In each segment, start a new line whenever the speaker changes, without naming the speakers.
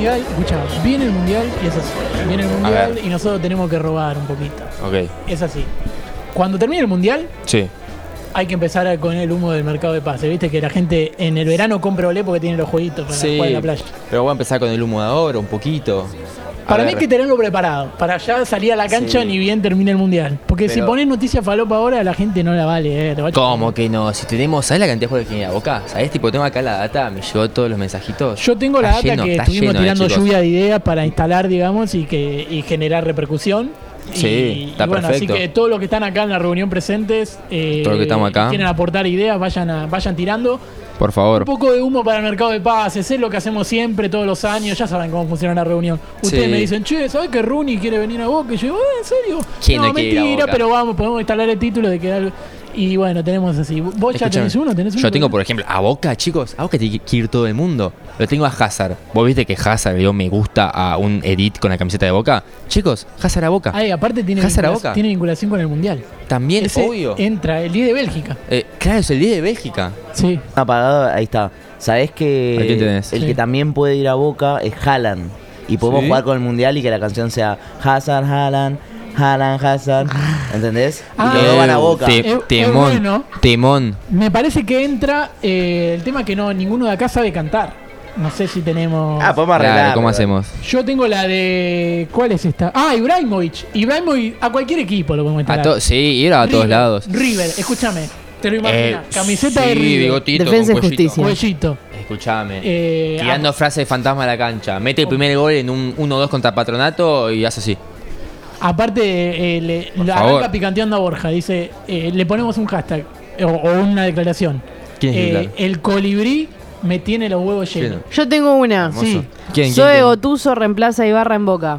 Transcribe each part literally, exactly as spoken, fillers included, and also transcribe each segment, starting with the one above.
mundial, escucha, viene el mundial y es así. Viene el mundial y nosotros tenemos que robar un poquito.
Ok.
Es así. Cuando termine el mundial,
sí.
hay que empezar con el humo del mercado de pases. Viste que la gente en el verano compra olé porque tiene los jueguitos para
sí,
jugar en la playa.
Pero voy a empezar con el humo de ahora, un poquito. A
para
ver.
mí hay que tenerlo preparado. Para ya salir a la cancha
Sí.
ni bien termine el mundial. Porque
Pero-
si pones noticias falopa ahora, la gente no la vale. Eh, te va a
¿Cómo que no? Si tenemos, ¿sabes la cantidad de juegos que tiene la Boca? ¿Sabes? Tipo, tengo acá la data, me llegó todos los mensajitos.
Yo tengo la
Está
data
lleno,
que
está
estuvimos
lleno, eh,
tirando
chicos.
lluvia de ideas para instalar, digamos, y que y generar repercusión.
Sí,
y,
está
y bueno,
perfecto.
así que todos los que están acá en la reunión presentes, eh,
Todos los que estamos acá.
quieren aportar ideas, vayan a, vayan tirando.
Por favor.
Un poco de humo para el mercado de pases, es lo que hacemos siempre, todos los años, ya saben cómo funciona la reunión. Ustedes
Sí.
me dicen, che, ¿sabes que Rooney quiere venir a Boca? Y yo digo, "Eh, ¿en serio?
¿Quién
no,
no quiere ir a
mentira,
Boca?
pero vamos, podemos instalar el título de que algo. Y bueno, tenemos así. ¿Vos ya
Escuchame,
tenés uno? ¿Tenés uno?
Yo tengo, por ejemplo, a Boca, chicos. A Boca tiene que ir todo el mundo. Lo tengo a Hazard. ¿Vos viste que Hazard dio me gusta a un edit con la camiseta de Boca? Chicos, Hazard a Boca.
Ay, aparte tiene,
Hazard a
vincula-
Boca.
tiene vinculación con el Mundial.
También,
Ese
obvio.
entra, el día de Bélgica.
Eh, claro, es el día de Bélgica.
Sí.
Apagado, ahí está. ¿Sabés que
¿A quién tenés?
el
Sí.
que también puede ir a Boca es Haaland? Y podemos
¿Sí?
jugar con el Mundial y que la canción sea Hazard, Haaland, Haaland, Hazard. ¿Entendés?
Ah.
y los dos van a Boca.
Te-
Es- es
temón,
bueno.
temón.
Me parece que entra eh, el tema que no ninguno de acá sabe cantar. No sé si tenemos.
Ah, podemos arreglar.
Claro, ¿cómo
pero-
hacemos?
Yo tengo la de. ¿Cuál es esta? Ah, Ibrahimovic. Ibrahimovic, a cualquier equipo lo podemos
A
instalar.
to- sí, ir a todos
River,
lados.
River, escúchame. Te lo imaginas.
Eh,
Camiseta
sí,
de River.
bigotito,
Defensa
con
y
cuellito.
justicia.
Cuellito.
Escuchame.
Eh,
Tirando frases de fantasma a la cancha. Mete el primer gol en un uno dos contra Patronato y hace así.
Aparte, eh, le,
Por
lo
favor.
arranca picanteando a Borja. Dice: eh, le ponemos un hashtag o, o una declaración.
¿Quién es
Eh,
Hitler?
el colibrí me tiene los huevos llenos.
Yo tengo una.
Hermoso.
Sí.
¿Quién, quién,
Zoe
quién?
Gotuso reemplaza a Ibarra en Boca.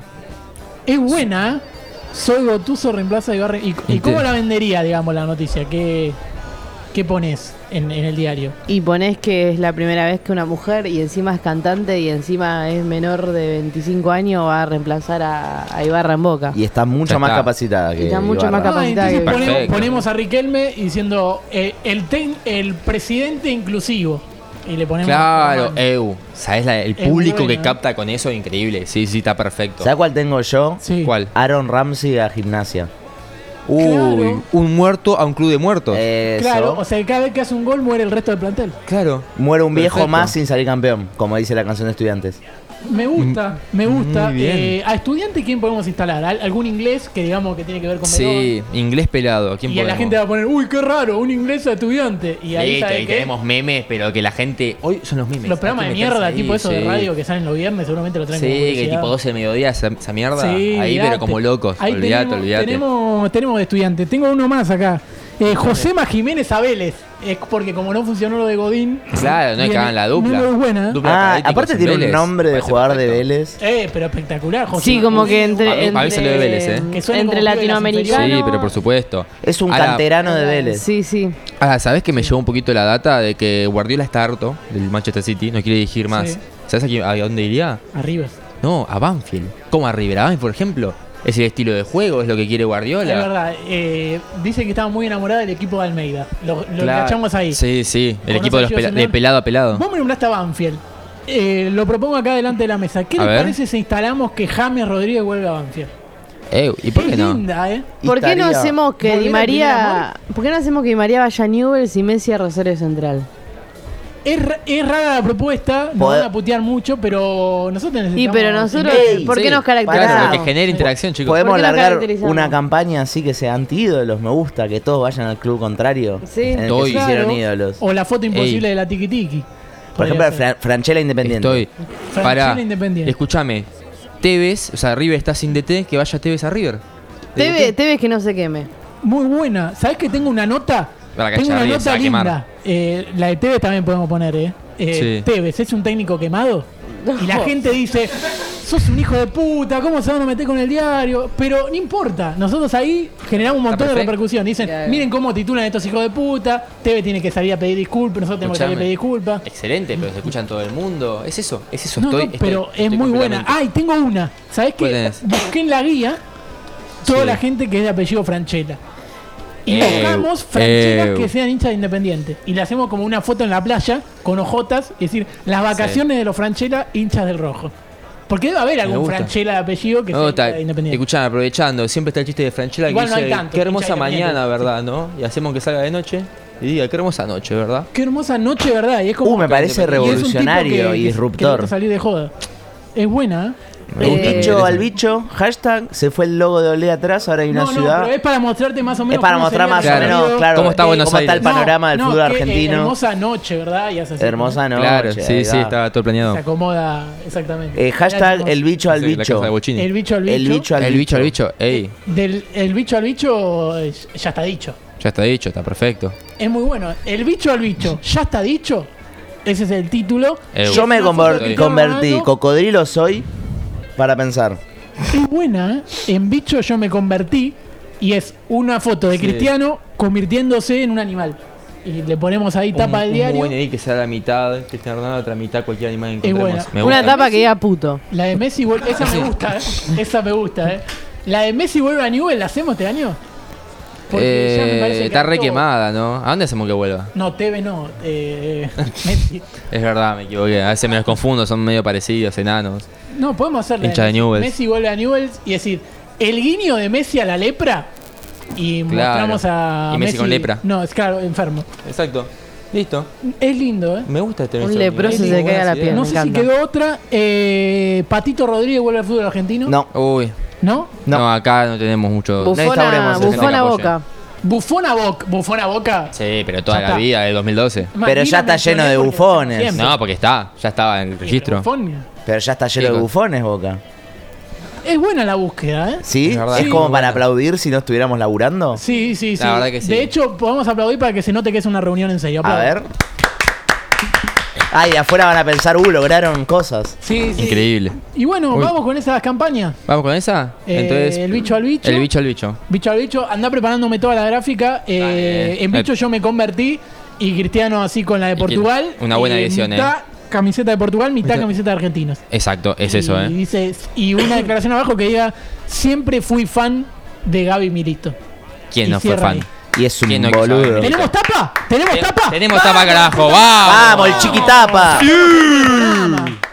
Es buena, ¿eh? Soy Gotuso, reemplaza a Ibarra. ¿Y, y
Ente-
cómo la vendería, digamos, la noticia? ¿Qué, qué pones en, en el diario?
Y ponés que es la primera vez que una mujer, y encima es cantante, y encima es menor de veinticinco años, va a reemplazar a, a Ibarra en Boca.
Y está mucho
Ya
más
está.
capacitada que
Y está mucho
Ibarra.
más
Ah,
capacitada
entonces
que-
ponemos,
Perfecto.
ponemos a Riquelme y diciendo eh, el, ten- el presidente inclusivo. Y le ponemos.
Claro,
Ah,
Eu. ¿Sabes la- el
Es
público
buena,
que
¿eh?
capta con eso? Increíble. Sí, sí, está perfecto.
¿Sabés cuál tengo yo?
sí.
¿Cuál?
Aaron Ramsey a Gimnasia.
Uy,
Claro.
un muerto a un club de muertos.
Eso.
Claro, o sea, cada vez que hace un gol muere el resto del plantel.
claro.
Muere un viejo
Perfecto.
más sin salir campeón, como dice la canción de Estudiantes.
Me gusta, me gusta.
muy bien.
Eh, ¿A estudiante quién podemos instalar? ¿Al- ¿Algún inglés que digamos que tiene que ver con
Sí, inglés pelado. ¿Quién
Verón? Y a la
ponemos?
gente va a poner, uy, qué raro, un inglés a estudiante. Y ahí,
Listo,
¿sabe
y
qué?
tenemos memes, pero que la gente. Hoy son los memes.
Los programas
Hay
de
que meterse
mierda,
ahí,
tipo eso de
sí.
radio que salen los viernes, seguramente lo traen
Sí,
como
que
publicidad.
tipo doce de mediodía, esa, esa mierda.
Sí,
ahí,
olvidate.
pero como locos.
Ahí
olvídate,
tenemos,
olvídate.
Tenemos, tenemos de estudiante. Tengo uno más acá. Eh, Josema Jiménez Abeles. Es porque como no funcionó lo de Godín.
Claro, no es que
viene
hagan la dupla.
Muy buena.
Dupla
Ah,
Atlético
aparte
sin
tiene un
Vélez.
nombre de
Parece
jugador de
perfecto.
Vélez.
Eh, pero espectacular, Josema.
Sí, como que
A mí-
entre,
a mí se lo de Vélez, ¿eh?
Que suene
entre
como pibe de las
latinoamericanos.
Sí, pero por supuesto.
Es un
Ahora-
canterano de Vélez.
Sí, sí.
Ah, ¿sabés que me llevó un poquito la data de que Guardiola está harto del Manchester City? No quiere dirigir más.
Sí.
¿Sabés a, quién- a dónde iría?
Arriba.
No, a Banfield. ¿Cómo a River? A Banfield, por ejemplo. ¿Es el estilo de juego? ¿Es lo que quiere Guardiola?
Es verdad. Eh, dice que estaba muy enamorada del equipo de Almeida. Lo, lo
Claro.
cachamos ahí.
Sí, sí. El
¿Conoce
equipo de, los
a Gio
pela- de
Simeone?
pelado a pelado.
Vos me nombraste a Banfield. Eh, lo propongo acá delante de la mesa. ¿Qué
A
les
ver.
parece si instalamos que James Rodríguez vuelve a Banfield?
Eh, ¿Y por qué
es
no?
linda, ¿eh?
¿Por qué no
Estaría-
hacemos que
volver
Di
al
María, ¿por qué no hacemos que Di María vaya a Newell's y Messi a Rosario Central?
Es, ra- es rara la propuesta, nos
Poder-
van a putear mucho, pero nosotros necesitamos...
Y pero nosotros,
Ey,
¿por qué
sí,
nos
Claro,
caracterizamos?
lo que genera interacción, chicos.
Podemos
¿Por qué nos
largar
caracterizamos?
una campaña así que sea anti-ídolos. Me gusta que todos vayan al club contrario.
Sí.
En el que
Estoy.
se hicieron
Claro.
ídolos.
O la foto imposible
Ey.
de la Tiki Tiki.
Por ejemplo, Fra- Franchella Independiente.
Estoy.
Franchella
Para.
Independiente.
Escúchame. Tevez, o sea, River está sin D T, que vaya Tevez a River. ¿De
Teve,
D T?
Tevez que no se queme.
Muy buena. ¿Sabes que tengo una nota?
Para que
Tengo una
Charlie se va
nota
a quemar.
linda. Eh, la de Tevez también podemos poner, ¿eh? Eh,
Sí.
Tevez es un técnico quemado. Y la
No.
gente dice, sos un hijo de puta, ¿cómo se van a meter con el diario? Pero no importa, nosotros ahí generamos un montón de
perfecto.
repercusión. Dicen,
Claro.
miren cómo titulan estos hijos de puta, Tevez tiene que salir a pedir disculpas, nosotros tenemos que salir a pedir disculpas.
Excelente, pero se escucha en todo el mundo. Es eso, es eso.
No,
estoy,
no,
estoy-
pero
estoy
es muy buena.
completamente-
Ay, tengo una. ¿Sabés
¿Cuál
qué?
tenés?
Busqué en la guía toda
Sí.
la gente que es de apellido Franchella. Y
Eh,
buscamos franchelas
eh.
que sean hinchas de Independiente. Y le hacemos como una foto en la playa con ojotas. Es decir, las vacaciones de los Franchella hinchas del rojo. Porque debe haber
Me
algún
gusta.
Franchella de apellido que
Me
sea
gusta.
independiente.
Escuchame, aprovechando, siempre está el chiste de Franchella que
Igual no
dice,
hay tanto,
qué hermosa
hincha independiente.
mañana, ¿verdad? ¿No? Y hacemos que salga de noche y diga, qué hermosa noche, ¿verdad?
Qué hermosa noche, ¿verdad? Y es como
Uh, me parece
y es un tipo
revolucionario
que-
y
que- que le
disruptor.
gusta salir de joda. Es buena, ¿eh?
El
Eh,
bicho al bicho, hashtag, se fue el logo de Olé atrás, ahora hay una
No, no,
ciudad.
pero es para mostrarte más o menos.
Es para
cómo
mostrar
sería
más
el
o
Claro.
menos,
recorrido.
claro,
¿Cómo está
eh,
Buenos
cómo está el
Aires?
panorama del
No,
fútbol
que, eh,
argentino.
hermosa noche, ¿verdad? Y hace así,
Hermosa noche.
Claro, sí,
ahí
sí,
va.
estaba todo
Se
planeado.
acomoda exactamente.
Eh, hashtag el bicho al
Sí, la casa de
bicho.
Bochini.
El bicho al bicho.
El bicho al
El bicho al bicho, ey,
Del, el bicho al bicho eh, ya está dicho.
ya está dicho, está perfecto.
Es muy bueno. El bicho al bicho ya está dicho. Ese es el título.
Eh,
Yo me
Una foto de
conver-
Cristiano
convertí,
Ronaldo.
cocodrilo soy, para pensar.
Es buena, ¿eh? En bicho yo me convertí. Y es una foto de
Sí.
Cristiano convirtiéndose en un animal. Y le ponemos ahí tapa
un,
del
un
diario.
buen edit que sea la mitad, Cristiano Ronaldo, otra mitad, cualquier animal que
Es
encontremos.
buena.
Me
Una
gusta.
tapa que diga puto.
La de Messi vuelve. Esa me gusta, ¿eh? Esa me gusta, ¿eh? La de Messi vuelve a Newell, ¿la hacemos este año? Porque ya me
Eh,
parece que
está re
harto-
quemada, ¿no? ¿A dónde hacemos que vuelva?
No, T V no. Eh, Messi.
Es verdad, me equivoqué. A veces me los confundo, son medio parecidos, enanos.
No, podemos hacerle.
Hincha de Newell's.
Messi vuelve a Newell's y decir, el guiño de Messi a la lepra. Y
Claro.
mostramos a.
Y Messi con lepra.
No, es claro, enfermo.
Exacto. Listo.
Es lindo, ¿eh?
Me gusta este
Un
mensaje.
leproso
Muy
se le
buenas
cae a la
ideas.
piel.
No
me
sé si
encanta.
quedó otra. Eh, Patito Rodríguez vuelve al fútbol argentino.
No,
Uy,
¿No?
no.
No.
acá no tenemos mucho.
instauremos
Bufona,
eso,
bufona
gente que
boca.
Bufona Boca. Bufona Boca.
Sí, pero toda
Ya
la
está.
vida, de dos mil doce.
Pero ya está lleno de bufones.
No, porque está, ya estaba en el registro.
pero ya está lleno de
Chicos.
bufones, Boca.
Es buena la búsqueda, ¿eh?
¿Sí?
Es verdad.
¿Es
Sí.
como
Muy
para
bueno.
aplaudir si no estuviéramos laburando?
Sí, sí, sí.
La verdad que sí.
De hecho, podemos aplaudir para que se note que es una reunión en serio.
A
Aplaudan.
ver. Ay, de afuera van a pensar, uh, lograron cosas.
Sí, sí.
Increíble.
Y bueno,
Uy.
vamos con esas campañas.
¿Vamos con esa?
Eh,
Entonces,
el bicho al bicho.
El bicho al bicho.
Bicho al bicho, anda preparándome toda la gráfica. Eh,
Dale.
en bicho yo me convertí y Cristiano así con la de
Y que-
Portugal.
una buena
Eh,
edición, eh.
mitad camiseta de Portugal, mitad
Mitad-
camiseta de argentinos.
Exacto, es
y
eso, ¿eh?
Dice, y una declaración abajo que diga, siempre fui fan de Gaby Milito.
¿Quién
y
no fue
cierra
fan?
ahí.
Y es un
¿Quién no quiso
boludo.
ver?
¿Tenemos tapa? ¿Tenemos tapa?
Tenemos tapa, carajo, ¡vamos!
¡Vamos, el chiquitapa!
Programa.